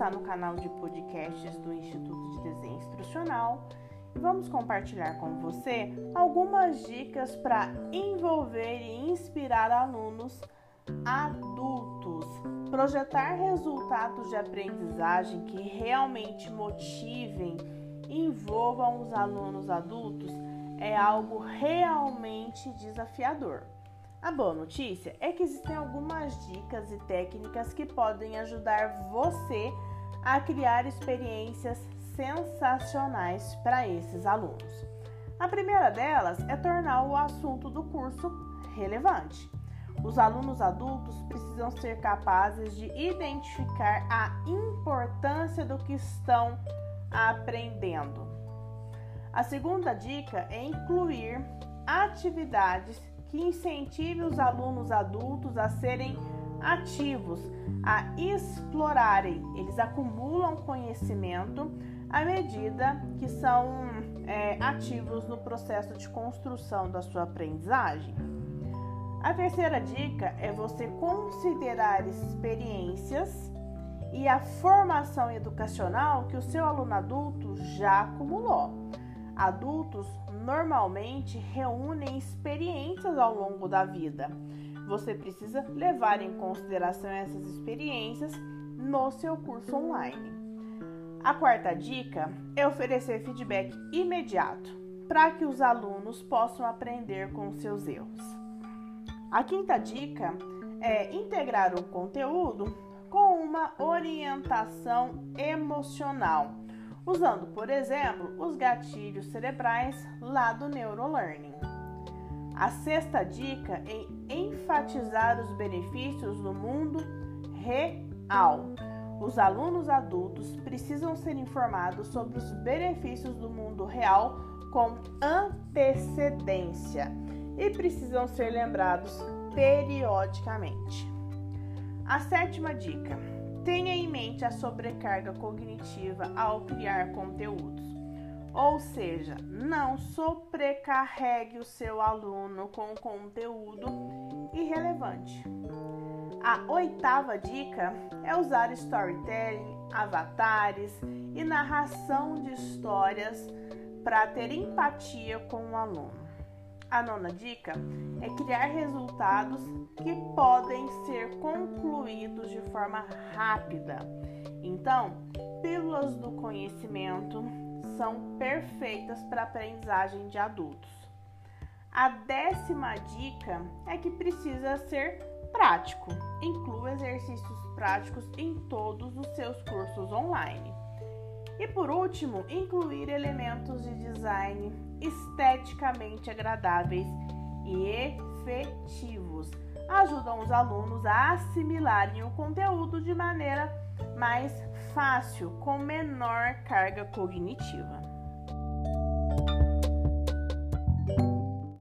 está no canal de podcasts do Instituto de Desenho Instrucional e vamos compartilhar com você algumas dicas para envolver e inspirar alunos adultos. Projetar resultados de aprendizagem que realmente motivem e envolvam os alunos adultos é algo realmente desafiador. A boa notícia é que existem algumas dicas e técnicas que podem ajudar você a criar experiências sensacionais para esses alunos. A primeira delas é tornar o assunto do curso relevante. Os alunos adultos precisam ser capazes de identificar a importância do que estão aprendendo. A segunda dica é incluir atividades que incentivem os alunos adultos a serem ativos, a explorarem. Eles acumulam conhecimento à medida que são ativos no processo de construção da sua aprendizagem. A terceira dica é você considerar experiências e a formação educacional que o seu aluno adulto já acumulou. Adultos normalmente reúnem experiências ao longo da vida. Você precisa levar em consideração essas experiências no seu curso online. A quarta dica é oferecer feedback imediato para que os alunos possam aprender com seus erros. A quinta dica é integrar o conteúdo com uma orientação emocional, usando, por exemplo, os gatilhos cerebrais lá do Neurolearning. A sexta dica é enfatizar os benefícios do mundo real. Os alunos adultos precisam ser informados sobre os benefícios do mundo real com antecedência e precisam ser lembrados periodicamente. A sétima dica: tenha em mente a sobrecarga cognitiva ao criar conteúdos, ou seja, não sobrecarregue o seu aluno com conteúdo irrelevante. A oitava dica é usar storytelling, avatares e narração de histórias para ter empatia com o aluno. A nona dica é criar resultados que podem ser concluídos de forma rápida. Então, pílulas do conhecimento são perfeitas para a aprendizagem de adultos. A 10ª dica é que precisa ser prático. Inclua exercícios práticos em todos os seus cursos online. E por último, incluir elementos de design esteticamente agradáveis e efetivos ajudam os alunos a assimilarem o conteúdo de maneira mais fácil, com menor carga cognitiva.